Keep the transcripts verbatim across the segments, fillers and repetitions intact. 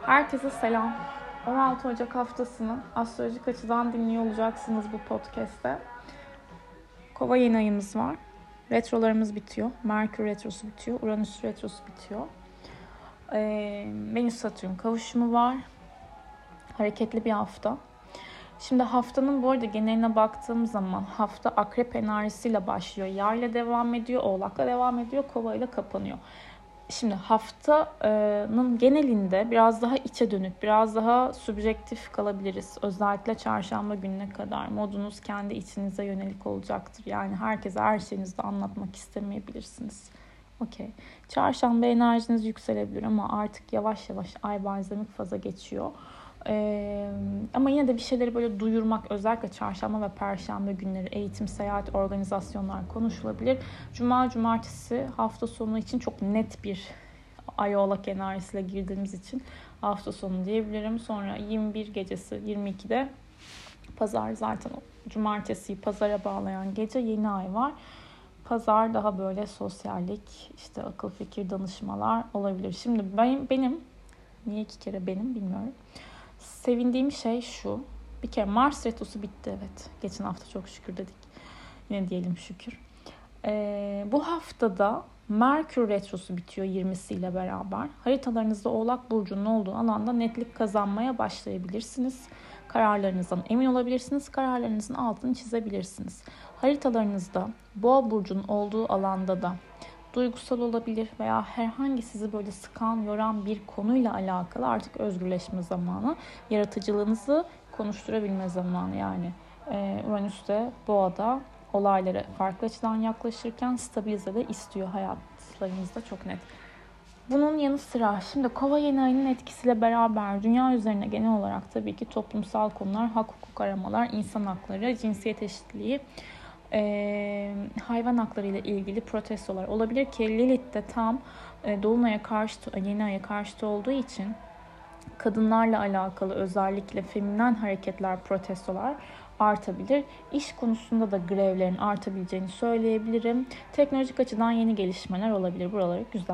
Herkese selam. on altı Ocak haftasını astrolojik açıdan dinliyor olacaksınız bu podcast'te. Kova yeni ayımız var. Retrolarımız bitiyor. Merkür retrosu bitiyor. Uranüs retrosu bitiyor. Ee, Venüs Satürn kavuşumu var. Hareketli bir hafta. Şimdi haftanın bu arada geneline baktığım zaman hafta akrep enerjisiyle başlıyor. Yay ile devam ediyor. Oğlakla devam ediyor. Kova ile kapanıyor. Şimdi haftanın genelinde biraz daha içe dönük, biraz daha subjektif kalabiliriz. Özellikle çarşamba gününe kadar modunuz kendi içinize yönelik olacaktır. Yani herkese her şeyinizi de anlatmak istemeyebilirsiniz. Okey. Çarşamba enerjiniz yükselebilir ama artık yavaş yavaş ay barzamik faza geçiyor. Ee, ama yine de bir şeyleri böyle duyurmak, özellikle çarşamba ve perşembe günleri eğitim, seyahat, organizasyonlar konuşulabilir. Cuma, cumartesi hafta sonu için çok net bir ay oğlak enerjisiyle girdiğimiz için hafta sonu diyebilirim. Sonra yirmi bir gecesi yirmi ikide pazar, zaten cumartesiyi pazara bağlayan gece yeni ay var. Pazar daha böyle sosyallik, işte akıl fikir danışmalar olabilir. Şimdi benim, benim niye iki kere benim bilmiyorum. Sevindiğim şey şu. Bir kere Mars retrosu bitti, evet. Geçen hafta çok şükür dedik. Yine diyelim şükür. Ee, bu haftada Merkür retrosu bitiyor yirmisiyle beraber. Haritalarınızda Oğlak Burcu'nun olduğu alanda netlik kazanmaya başlayabilirsiniz. Kararlarınızdan emin olabilirsiniz. Kararlarınızın altını çizebilirsiniz. Haritalarınızda Boğa Burcu'nun olduğu alanda da duygusal olabilir veya herhangi sizi böyle sıkan, yoran bir konuyla alakalı artık özgürleşme zamanı, yaratıcılığınızı konuşturabilme zamanı. Yani e, Uranüs'te Boğa'da olaylara farklı açıdan yaklaşırken stabilize de istiyor hayatlarınızda, çok net. Bunun yanı sıra şimdi Kova yeni ayının etkisiyle beraber dünya üzerine genel olarak tabii ki toplumsal konular, hak hukuk aramalar, insan hakları, cinsiyet eşitliği, Ee, hayvan hakları ile ilgili protestolar olabilir ki Lilith de tam e, Dolunay'a karşı, yeni aya karşıtı olduğu için kadınlarla alakalı özellikle feminen hareketler, protestolar artabilir. İş konusunda da grevlerin artabileceğini söyleyebilirim. Teknolojik açıdan yeni gelişmeler olabilir. Buraları güzel.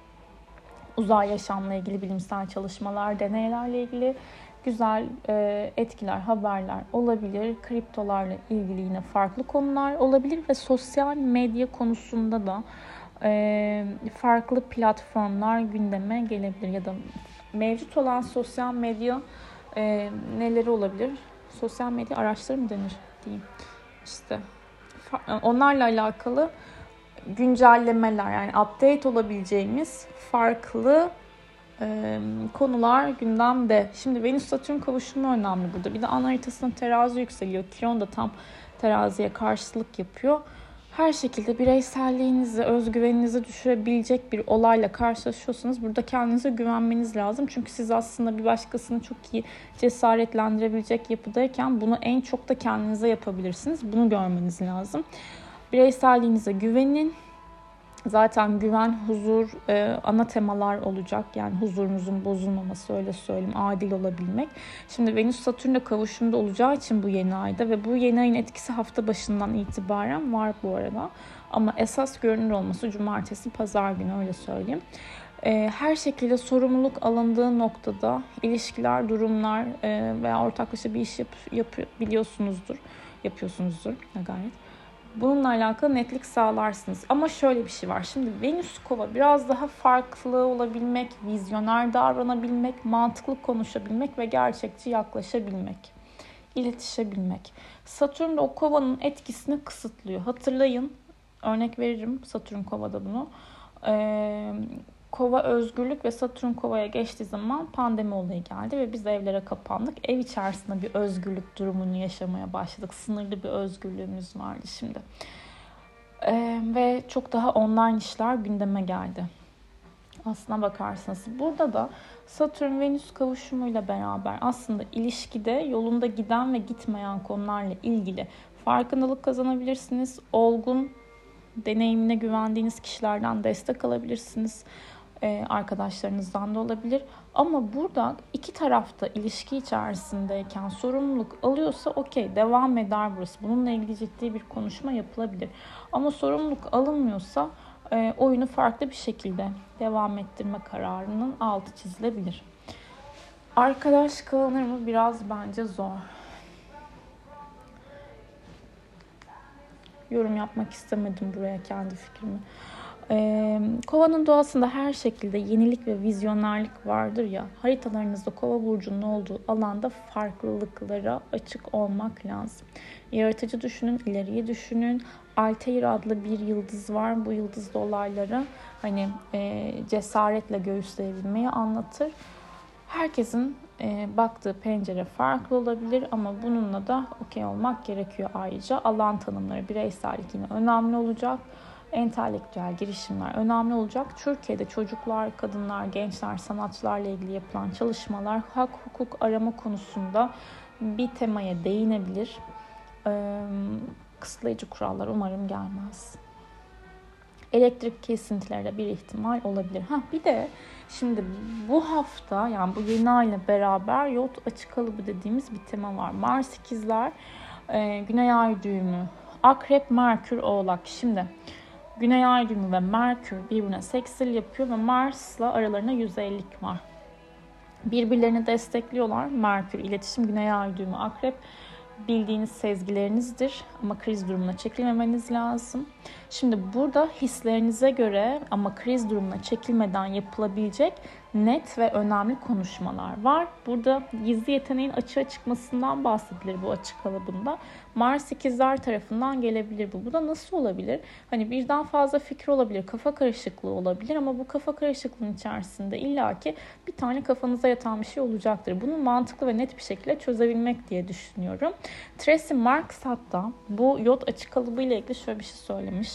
Uzay yaşamla ilgili bilimsel çalışmalar, deneylerle ilgili güzel e, etkiler, haberler olabilir. Kriptolarla ilgili yine farklı konular olabilir ve sosyal medya konusunda da e, farklı platformlar gündeme gelebilir ya da mevcut olan sosyal medya e, neleri olabilir? Sosyal medya araçları mı denir diyeyim. İşte onlarla alakalı güncellemeler, yani update olabileceğimiz farklı e, konular gündemde. Şimdi Venüs Satürn kavuşumu önemli burada. Bir de ana haritasında terazi yükseliyor. Kiron da tam teraziye karşılık yapıyor. Her şekilde bireyselliğinizi, özgüveninizi düşürebilecek bir olayla karşılaşıyorsanız burada kendinize güvenmeniz lazım. Çünkü siz aslında bir başkasını çok iyi cesaretlendirebilecek yapıdayken bunu en çok da kendinize yapabilirsiniz. Bunu görmeniz lazım. Bireyselliğinize güvenin. Zaten güven, huzur e, ana temalar olacak. Yani huzurunuzun bozulmaması, öyle söyleyeyim, adil olabilmek. Şimdi Venüs Satürn'le kavuşumda olacağı için bu yeni ayda ve bu yeni ayın etkisi hafta başından itibaren var bu arada. Ama esas görünür olması cumartesi, pazar günü, öyle söyleyeyim. E, her şekilde sorumluluk alındığı noktada ilişkiler, durumlar e, veya ortaklaşa bir iş yap, yapabiliyorsunuzdur, yapıyorsunuzdur gayet. Bununla alakalı netlik sağlarsınız. Ama şöyle bir şey var. Şimdi Venüs Kova biraz daha farklı olabilmek, vizyoner davranabilmek, mantıklı konuşabilmek ve gerçekçi yaklaşabilmek, iletişebilmek. Satürn de o Kova'nın etkisini kısıtlıyor. Hatırlayın, örnek veririm Satürn Kova'da bunu. Ee, Kova özgürlük ve Satürn Kova'ya geçtiği zaman pandemi olayı geldi ve biz evlere kapandık. Ev içerisinde bir özgürlük durumunu yaşamaya başladık. Sınırlı bir özgürlüğümüz vardı şimdi. Ee, ve çok daha online işler gündeme geldi. Aslına bakarsanız burada da Satürn-Venüs kavuşumuyla beraber aslında ilişkide yolunda giden ve gitmeyen konularla ilgili farkındalık kazanabilirsiniz. Olgun, deneyimine güvendiğiniz kişilerden destek alabilirsiniz. Ee, arkadaşlarınızdan da olabilir. Ama burada iki tarafta ilişki içerisindeyken sorumluluk alıyorsa okey, devam eder burası. Bununla ilgili ciddi bir konuşma yapılabilir. Ama sorumluluk alınmıyorsa e, oyunu farklı bir şekilde devam ettirme kararının altı çizilebilir. Arkadaş kalınır mı? Biraz bence zor. Yorum yapmak istemedim buraya kendi fikrimi. Ee, Kovanın doğasında her şekilde yenilik ve vizyonerlik vardır ya. Haritalarınızda Kova burcunun olduğu alanda farklılıklara açık olmak lazım. Yaratıcı düşünün, ileriyi düşünün. Altair adlı bir yıldız var. Bu yıldız da olayları hani e, cesaretle göğüsleyebilmeyi anlatır. Herkesin e, baktığı pencere farklı olabilir ama bununla da okey olmak gerekiyor ayrıca. Alan tanımları, bireysellik yine önemli olacak. Entelektüel girişimler önemli olacak. Türkiye'de çocuklar, kadınlar, gençler, sanatçılarla ilgili yapılan çalışmalar hak, hukuk arama konusunda bir temaya değinebilir. Ee, kısıtlayıcı kurallar umarım gelmez. Elektrik kesintileri de bir ihtimal olabilir. Ha bir de şimdi bu hafta yani bu yeni ay ile beraber yot açık kalıbı dediğimiz bir tema var. Mars ikizler, e, Güney Ay düğümü, Akrep, Merkür, Oğlak. Şimdi Güney Ay düğümü ve Merkür birbirine seksil yapıyor ve Mars'la aralarında yüz ellilik var. Birbirlerini destekliyorlar. Merkür, iletişim, Güney Ay düğümü, Akrep bildiğiniz sezgilerinizdir ama kriz durumuna çekilmemeniz lazım. Şimdi burada hislerinize göre ama kriz durumuna çekilmeden yapılabilecek net ve önemli konuşmalar var. Burada gizli yeteneğin açığa çıkmasından bahsedilir bu açık kalıbında. Mars ikizler tarafından gelebilir bu. Bu da nasıl olabilir? Hani birden fazla fikir olabilir, kafa karışıklığı olabilir ama bu kafa karışıklığının içerisinde illaki bir tane kafanıza yatan bir şey olacaktır. Bunu mantıklı ve net bir şekilde çözebilmek diye düşünüyorum. Tracy Marks hatta bu yot açık kalıbı ile ilgili şöyle bir şey söylemiş.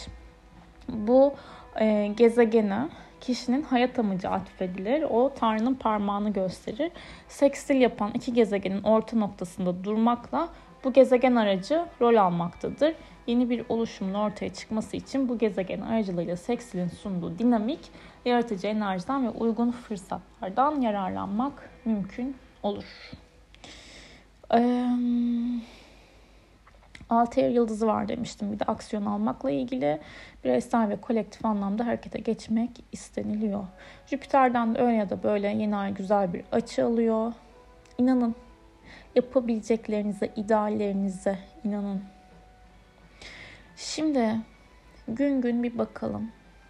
Bu e, gezegene kişinin hayat amacı atfedilir. O Tanrı'nın parmağını gösterir. Sekstil yapan iki gezegenin orta noktasında durmakla bu gezegen aracı rol almaktadır. Yeni bir oluşumun ortaya çıkması için bu gezegen aracılığıyla sekstilin sunduğu dinamik, yaratıcı enerjiden ve uygun fırsatlardan yararlanmak mümkün olur. Eee... Altair yıldızı var demiştim. Bir de aksiyon almakla ilgili bireysel ve kolektif anlamda harekete geçmek isteniliyor. Jüpiter'den de öyle ya da böyle yeni ay güzel bir açı alıyor. İnanın. Yapabileceklerinize, ideallerinize inanın. Şimdi gün gün bir bakalım.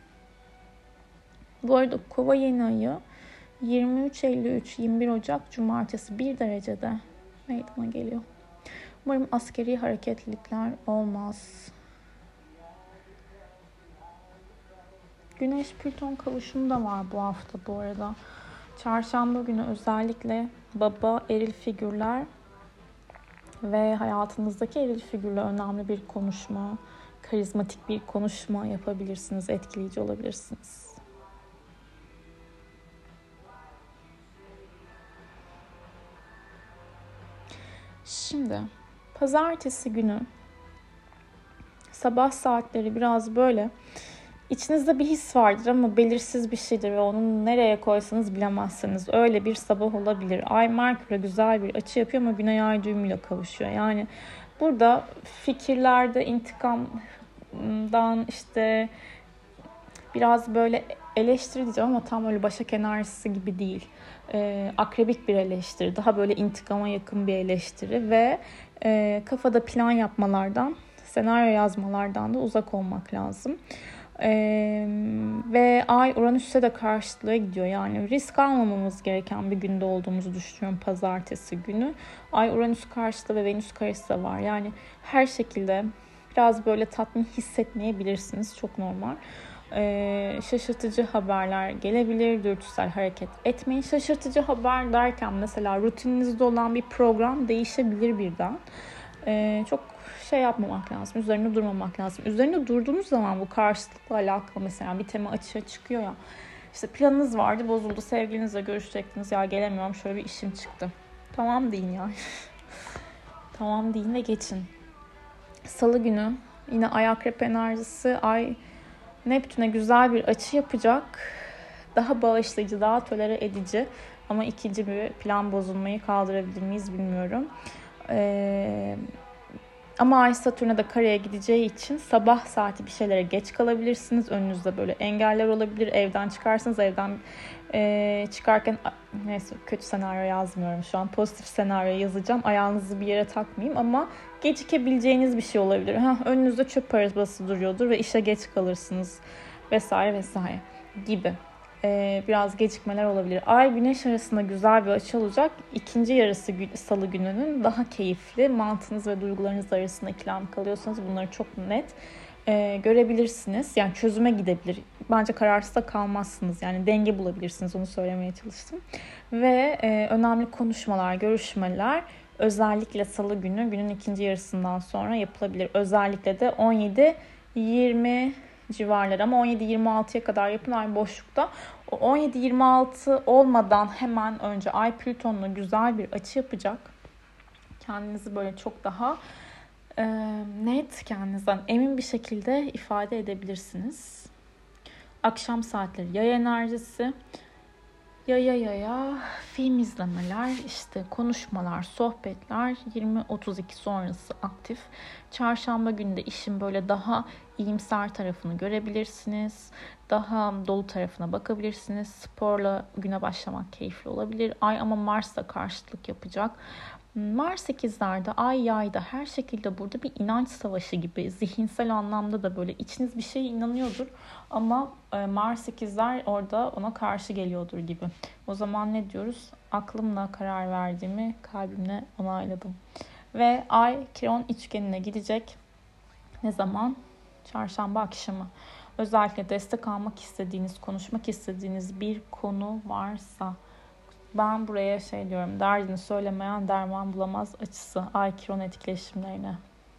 Bu arada Kova yeni ayı yirmi üç elli üç yirmi bir Ocak Cumartesi bir derecede meydana geliyor. Umarım askeri hareketlilikler olmaz. Güneş-Plüton kavuşumu da var bu hafta bu arada. Çarşamba günü özellikle baba, eril figürler ve hayatınızdaki eril figürle önemli bir konuşma, karizmatik bir konuşma yapabilirsiniz, etkileyici olabilirsiniz. Şimdi pazartesi günü sabah saatleri biraz böyle içinizde bir his vardır ama belirsiz bir şeydir ve onu nereye koysanız bilemezsiniz. Öyle bir sabah olabilir. Ay Merkür'e güzel bir açı yapıyor ama Güney Ay düğümüyle kavuşuyor. Yani burada fikirlerde intikamdan işte biraz böyle eleştiri diyeceğim ama tam öyle Başak enerjisi gibi değil. E, akrebik bir eleştiri. Daha böyle intikama yakın bir eleştiri ve e, kafada plan yapmalardan, senaryo yazmalardan da uzak olmak lazım. Ee, ve Ay Uranüs'e de karşılığa gidiyor. Yani risk almamamız gereken bir günde olduğumuzu düşünüyorum pazartesi günü. Ay Uranüs karşıtı ve Venüs karşıtı da var. Yani her şekilde biraz böyle tatmin hissetmeyebilirsiniz. Çok normal. Ee, şaşırtıcı haberler gelebilir. Dürtüsel hareket etmeyin. Şaşırtıcı haber derken mesela rutininizde olan bir program değişebilir birden. Ee, çok şey yapmamak lazım. Üzerinde durmamak lazım. Üzerinde durduğunuz zaman bu karşılıkla alakalı mesela bir tema açığa çıkıyor ya. İşte planınız vardı, bozuldu. Sevgilinizle görüşecektiniz. Ya gelemiyorum, şöyle bir işim çıktı. Tamam deyin ya. Tamam deyin ve geçin. Salı günü yine Ay Akrep enerjisi. Ay Neptün'e güzel bir açı yapacak. Daha bağışlayıcı, daha tolere edici. Ama ikinci bir plan bozulmayı kaldırabilir miyiz bilmiyorum. Eee Ama Ay Satürn'e de kareye gideceği için sabah saati bir şeylere geç kalabilirsiniz. Önünüzde böyle engeller olabilir. Evden çıkarsınız. Evden e, çıkarken neyse kötü senaryo yazmıyorum şu an. Pozitif senaryo yazacağım. Ayağınızı bir yere takmayayım ama gecikebileceğiniz bir şey olabilir. Ha, önünüzde çöp arabası duruyordur ve işe geç kalırsınız vesaire vesaire gibi. Biraz gecikmeler olabilir. Ay Güneş arasında güzel bir açı olacak. İkinci yarısı Salı gününün daha keyifli. Mantığınız ve duygularınız arasında ikilem kalıyorsanız bunları çok net e, görebilirsiniz. Yani çözüme gidebilir. Bence kararsız da kalmazsınız. Yani denge bulabilirsiniz. Onu söylemeye çalıştım. Ve e, önemli konuşmalar, görüşmeler özellikle Salı günü günün ikinci yarısından sonra yapılabilir. Özellikle de on yedi yirmi civarları ama on yedi yirmi altıya kadar yapın ay boşlukta. O on yedi yirmi altı olmadan hemen önce Ay Plüton'la güzel bir açı yapacak. Kendinizi böyle çok daha e, net, kendinizden emin bir şekilde ifade edebilirsiniz. Akşam saatleri yay enerjisi. Yaya yaya film izlemeler, işte konuşmalar, sohbetler yirmi otuz iki sonrası aktif. Çarşamba günü de işin böyle daha iyimser tarafını görebilirsiniz. Daha dolu tarafına bakabilirsiniz. Sporla güne başlamak keyifli olabilir. Ay ama Mars da karşıtlık yapacak. Mars ikizlerde, Ay yayda her şekilde burada bir inanç savaşı gibi, zihinsel anlamda da böyle içiniz bir şeye inanıyordur ama Mars ikizler orada ona karşı geliyordur gibi. O zaman ne diyoruz? Aklımla karar verdiğimi kalbimle onayladım. Ve Ay Kiron üçgenine gidecek. Ne zaman? Çarşamba akşamı. Özellikle destek almak istediğiniz, konuşmak istediğiniz bir konu varsa, ben buraya şey diyorum, derdini söylemeyen derman bulamaz açısı, Ay Kiron etkileşimlerine,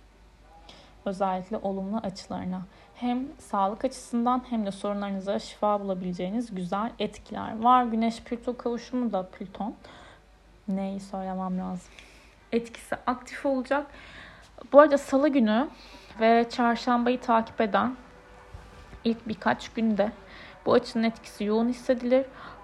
özellikle olumlu açılarına, hem sağlık açısından hem de sorunlarınıza şifa bulabileceğiniz güzel etkiler var. Güneş Plüto kavuşumu da Plüton, neyi söylemem lazım, etkisi aktif olacak. Bu arada Salı günü ve Çarşambayı takip eden ilk birkaç günde bu açının etkisi yoğun hissedilir.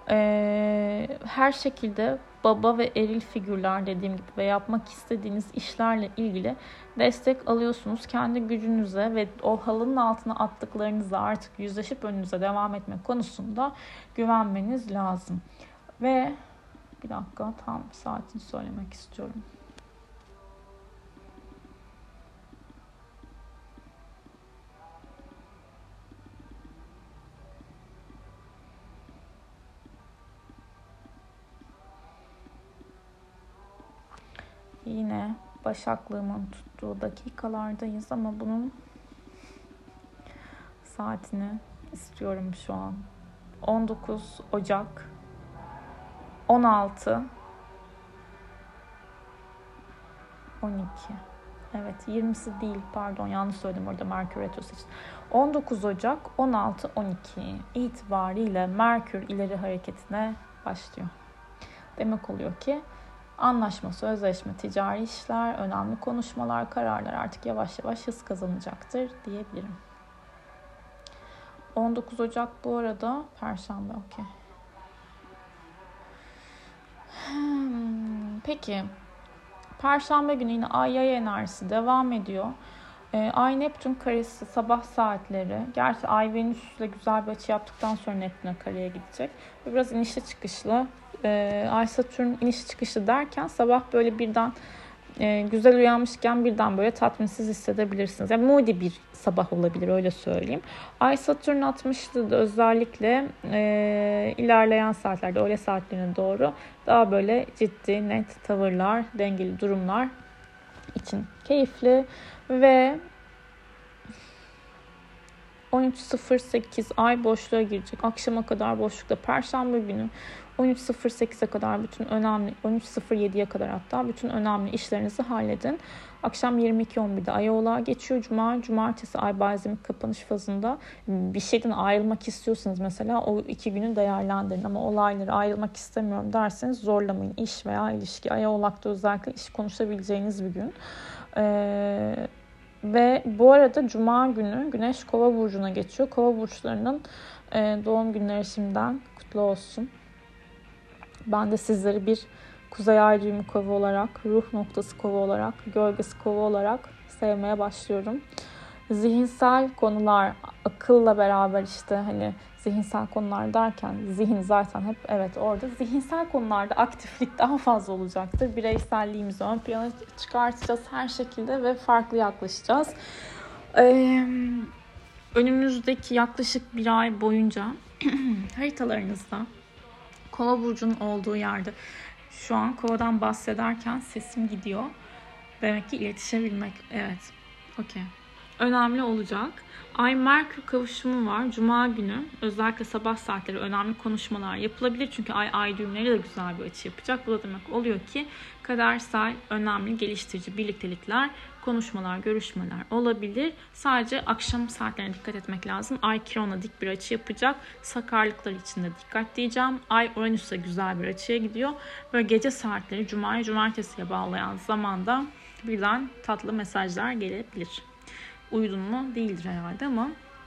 Ee, her şekilde baba ve eril figürler dediğim gibi ve yapmak istediğiniz işlerle ilgili destek alıyorsunuz. Kendi gücünüze ve o halının altına attıklarınızla artık yüzleşip önünüze devam etme konusunda güvenmeniz lazım. Ve bir dakika tam saatini söylemek istiyorum. Yine Başaklığımın tuttuğu dakikalardayız ama bunun saatini istiyorum şu an. on dokuz Ocak on altı on iki. Evet, yirmisi değil, pardon, yanlış söyledim orada Merkür Retrosu için. on dokuz Ocak on altı on iki itibariyle Merkür ileri hareketine başlıyor. Demek oluyor ki anlaşma, sözleşme, ticari işler, önemli konuşmalar, kararlar artık yavaş yavaş hız kazanacaktır diyebilirim. on dokuz Ocak bu arada Perşembe, okey. Hmm, peki, Perşembe günü yine Ay Yay enerjisi devam ediyor. Ee, Ay Neptün karesi sabah saatleri. Gerçi Ay Venüs'le güzel bir açı yaptıktan sonra Neptün'e kareye gidecek. Biraz inişli çıkışlı. Ee, Ay Satürn inişli çıkışlı derken sabah böyle birden e, güzel uyanmışken birden böyle tatminsiz hissedebilirsiniz. Yani moody bir sabah olabilir, öyle söyleyeyim. Ay Satürn altmışlı da özellikle e, ilerleyen saatlerde, öğle saatlerine doğru daha böyle ciddi, net tavırlar, dengeli durumlar için keyifli. Ve on üç sıfır sekiz Ay boşluğa girecek. Akşama kadar boşlukta. Perşembe günü on üç sıfır sekize kadar bütün önemli, on üç sıfır yediye kadar hatta bütün önemli işlerinizi halledin. Akşam yirmi iki on birde Ay Oğlağa geçiyor. Cuma, cumartesi Ay Barizmik kapanış fazında bir şeyden ayrılmak istiyorsanız mesela o iki günü değerlendirin. Ama olayları ayrılmak istemiyorum derseniz zorlamayın. İş veya ilişki. Ay Oğlak'ta özellikle iş konuşabileceğiniz bir gün. Eee Ve bu arada Cuma günü Güneş Kova burcuna geçiyor. Kova burçlarının doğum günleri şimdiden kutlu olsun. Ben de sizleri bir Kuzey ay düğümü kova olarak, ruh noktası kova olarak, gölgesi kova olarak sevmeye başlıyorum. Zihinsel konular, akılla beraber işte hani zihinsel konular derken zihin zaten hep evet orada. Zihinsel konularda aktiflik daha fazla olacaktır. Bireyselliğimizi ön plana çıkartacağız her şekilde ve farklı yaklaşacağız. Ee, önümüzdeki yaklaşık bir ay boyunca haritalarınızda Kova burcunun olduğu yerde, şu an Kova'dan bahsederken sesim gidiyor. Demek ki iletişebilmek, evet, okey. Önemli olacak. Ay Merkür kavuşumu var. Cuma günü özellikle sabah saatleri önemli konuşmalar yapılabilir. Çünkü ay ay düğümleri de güzel bir açı yapacak. Bu da demek oluyor ki kadersel, önemli, geliştirici birliktelikler, konuşmalar, görüşmeler olabilir. Sadece akşam saatlerine dikkat etmek lazım. Ay Kiron'a dik bir açı yapacak. Sakarlıklar için de dikkat diyeceğim. Ay Uranüs'e güzel bir açıya gidiyor. Böyle gece saatleri Cuma'yı cumartesiye bağlayan zamanda birden tatlı mesajlar gelebilir. Uyudun mu? Değildir herhalde ama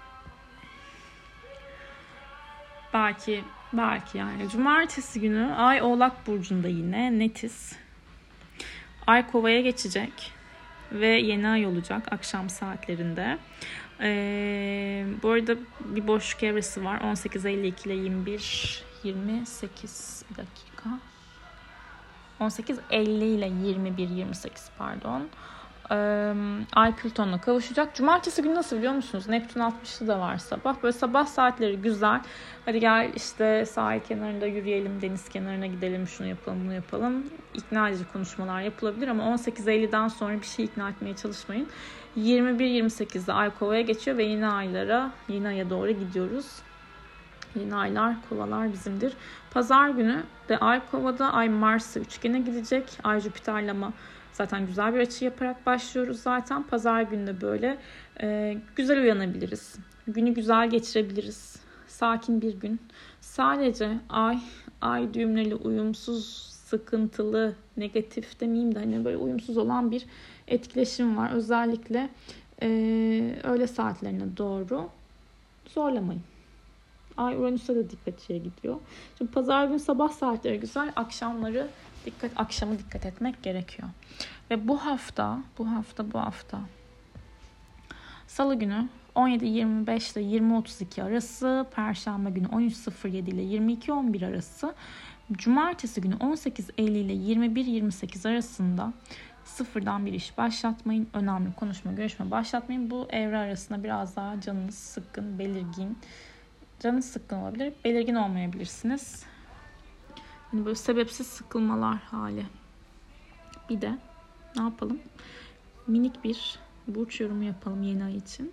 belki belki yani. Cumartesi günü Ay Oğlak Burcu'nda yine netiz. Ay Kova'ya geçecek ve yeni ay olacak akşam saatlerinde. Ee, bu arada bir boşluk evresi var. on sekiz elli iki ile yirmi bir yirmi sekiz bir dakika. on sekiz elli ile yirmi bir yirmi sekiz pardon. Ay Plüton'la kavuşacak. Cumartesi günü nasıl biliyor musunuz? Neptün altmışlı da var sabah. Böyle sabah saatleri güzel. Hadi gel işte sahil kenarında yürüyelim, deniz kenarına gidelim, şunu yapalım, bunu yapalım. İkna edici konuşmalar yapılabilir ama on sekiz elliden sonra bir şey ikna etmeye çalışmayın. yirmi bir yirmi sekizde Ay Kova'ya geçiyor ve yeni aylara, yeni aya doğru gidiyoruz. Yeni aylar, kovalar bizimdir. Pazar günü de Ay Kova'da, Ay Mars'a üçgene gidecek. Ay Jüpiter'lama zaten güzel bir açı yaparak başlıyoruz zaten. Pazar günü de böyle e, güzel uyanabiliriz. Günü güzel geçirebiliriz. Sakin bir gün. Sadece ay, ay düğümleri uyumsuz, sıkıntılı, negatif demeyeyim de hani böyle uyumsuz olan bir etkileşim var. Özellikle e, öğle saatlerine doğru zorlamayın. Ay Uranüs'e de dikkatçiye gidiyor. Şimdi pazar günü sabah saatleri güzel, akşamları dikkat, akşamı dikkat etmek gerekiyor. Ve bu hafta, bu hafta, bu hafta Salı günü on yedi yirmi beş ile yirmi otuz iki arası, Perşembe günü on üç sıfır yedi ile yirmi iki on bir arası, Cumartesi günü on sekiz elli ile yirmi bir yirmi sekiz arasında sıfırdan bir iş başlatmayın. Önemli konuşma, görüşme başlatmayın. Bu evre arasında biraz daha canınız sıkkın, belirgin, canınız sıkkın olabilir, belirgin olmayabilirsiniz. Yani böyle sebepsiz sıkılmalar hali. Bir de ne yapalım? Minik bir burç yorumu yapalım yeni ay için.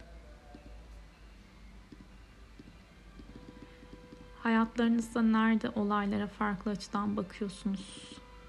Hayatlarınızda nerede olaylara farklı açıdan bakıyorsunuz?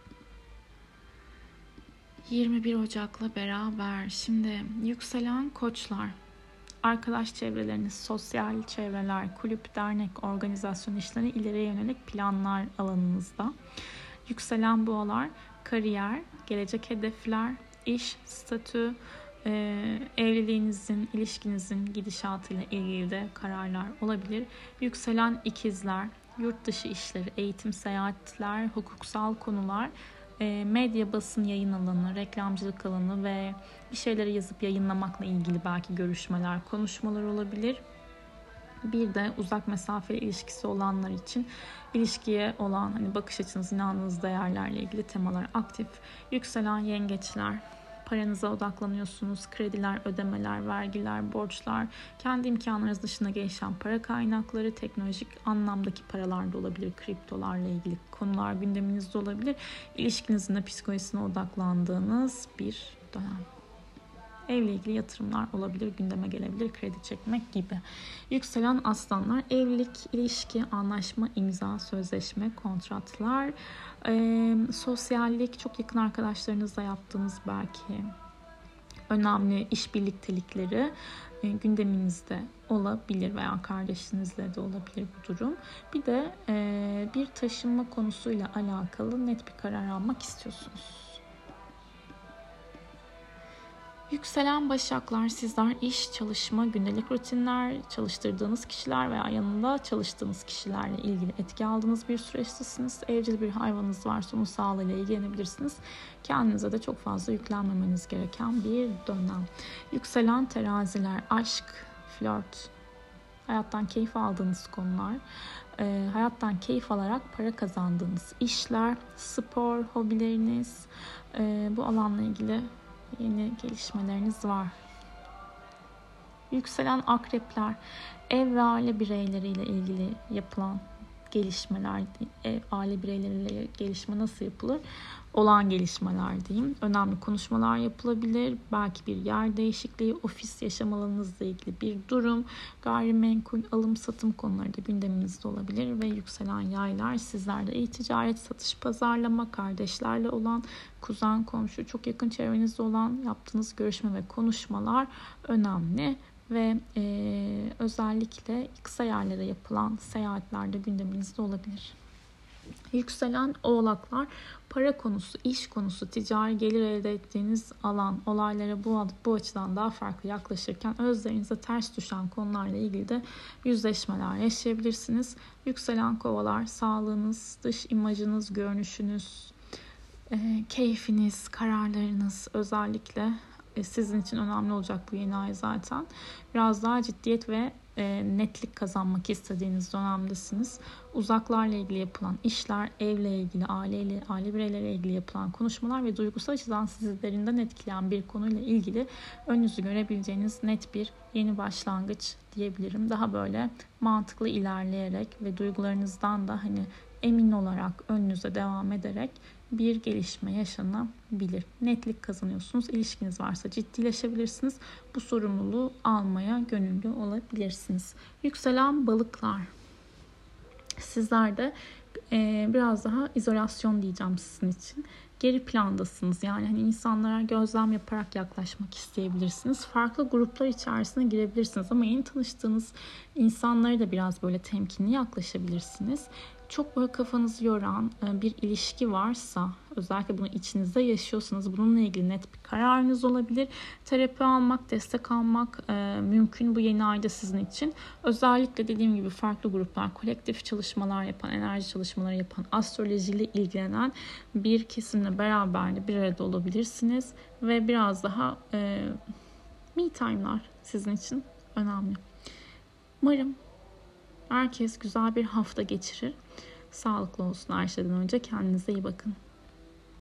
yirmi bir Ocak'la beraber şimdi yükselen koçlar, arkadaş çevreleriniz, sosyal çevreler, kulüp, dernek, organizasyon işleri, ileriye yönelik planlar alanınızda. Yükselen boğalar, kariyer, gelecek hedefler, iş, statü, e, evliliğinizin, ilişkinizin gidişatıyla ilgili de kararlar olabilir. Yükselen ikizler, yurt dışı işleri, eğitim, seyahatler, hukuksal konular, e, medya, basın, yayın alanı, reklamcılık alanı ve bir şeyleri yazıp yayınlamakla ilgili belki görüşmeler, konuşmalar olabilir. Bir de uzak mesafeli ilişkisi olanlar için ilişkiye olan hani bakış açınız, inandığınız değerlerle ilgili temalar aktif. Yükselen yengeçler, paranıza odaklanıyorsunuz. Krediler, ödemeler, vergiler, borçlar, kendi imkanlarınız dışında gelişen para kaynakları, teknolojik anlamdaki paralar da olabilir. Kriptolarla ilgili konular gündeminizde olabilir. İlişkinizin de psikolojisine odaklandığınız bir dönem. Evle ilgili yatırımlar olabilir, gündeme gelebilir, kredi çekmek gibi. Yükselen aslanlar, evlilik, ilişki, anlaşma, imza, sözleşme, kontratlar, e, sosyallik, çok yakın arkadaşlarınızla yaptığınız belki önemli iş birliktelikleri e, gündeminizde olabilir veya kardeşinizle de olabilir bu durum. Bir de e, bir taşınma konusuyla alakalı net bir karar almak istiyorsunuz. Yükselen Başaklar, sizler iş, çalışma, gündelik rutinler, çalıştırdığınız kişiler veya yanında çalıştığınız kişilerle ilgili etki aldığınız bir süreçtesiniz. Evcil bir hayvanınız varsa onun sağlığıyla ilgilenebilirsiniz. Kendinize de çok fazla yüklenmemeniz gereken bir dönem. Yükselen Teraziler, aşk, flört, hayattan keyif aldığınız konular, e, hayattan keyif alarak para kazandığınız işler, spor, hobileriniz, e, bu alanla ilgili yeni gelişmeleriniz var. Yükselen Akrepler, ev ve aile bireyleriyle ilgili yapılan gelişmeler, ev, aile bireyleriyle gelişme nasıl yapılır? Olan gelişmeler diyeyim. Önemli konuşmalar yapılabilir. Belki bir yer değişikliği, ofis yaşam alanınızla ilgili bir durum, gayrimenkul, alım satım konuları da gündeminizde olabilir. Ve yükselen Yaylar, sizlerde e-ticaret, satış, pazarlama, kardeşlerle olan, kuzen, komşu, çok yakın çevrenizde olan yaptığınız görüşme ve konuşmalar önemli. Ve e, özellikle kısa yerlere yapılan seyahatlerde gündeminizde olabilir. Yükselen Oğlaklar, para konusu, iş konusu, ticari gelir elde ettiğiniz alan, olaylara bu, bu açıdan daha farklı yaklaşırken özlerinize ters düşen konularla ilgili de yüzleşmeler yaşayabilirsiniz. Yükselen Kovalar, sağlığınız, dış imajınız, görünüşünüz, e, keyfiniz, kararlarınız özellikle sizin için önemli olacak bu yeni ay zaten. Biraz daha ciddiyet ve e, netlik kazanmak istediğiniz dönemdesiniz. Uzaklarla ilgili yapılan işler, evle ilgili, aileyle, aile bireyleriyle ilgili yapılan konuşmalar ve duygusal açıdan sizi derinden etkileyen bir konuyla ilgili önünüzü görebileceğiniz net bir yeni başlangıç diyebilirim. Daha böyle mantıklı ilerleyerek ve duygularınızdan da hani emin olarak önünüze devam ederek bir gelişme yaşanabilir. Netlik kazanıyorsunuz. İlişkiniz varsa ciddileşebilirsiniz. Bu sorumluluğu almaya gönüllü olabilirsiniz. Yükselen Balıklar. Sizler de e, biraz daha izolasyon diyeceğim sizin için. Geri plandasınız. Yani hani insanlara gözlem yaparak yaklaşmak isteyebilirsiniz. Farklı gruplar içerisine girebilirsiniz ama yeni tanıştığınız insanlara da biraz böyle temkinli yaklaşabilirsiniz. Çok böyle kafanızı yoran bir ilişki varsa, özellikle bunu içinizde yaşıyorsanız bununla ilgili net bir kararınız olabilir. Terapi almak, destek almak e, mümkün bu yeni ayda sizin için. Özellikle dediğim gibi farklı gruplar, kolektif çalışmalar yapan, enerji çalışmaları yapan, astrolojiyle ilgilenen bir kesimle beraber de bir arada olabilirsiniz. Ve biraz daha e, me time'lar sizin için önemli. Umarım herkes güzel bir hafta geçirir. Sağlıklı olsun her şeyden önce. Kendinize iyi bakın.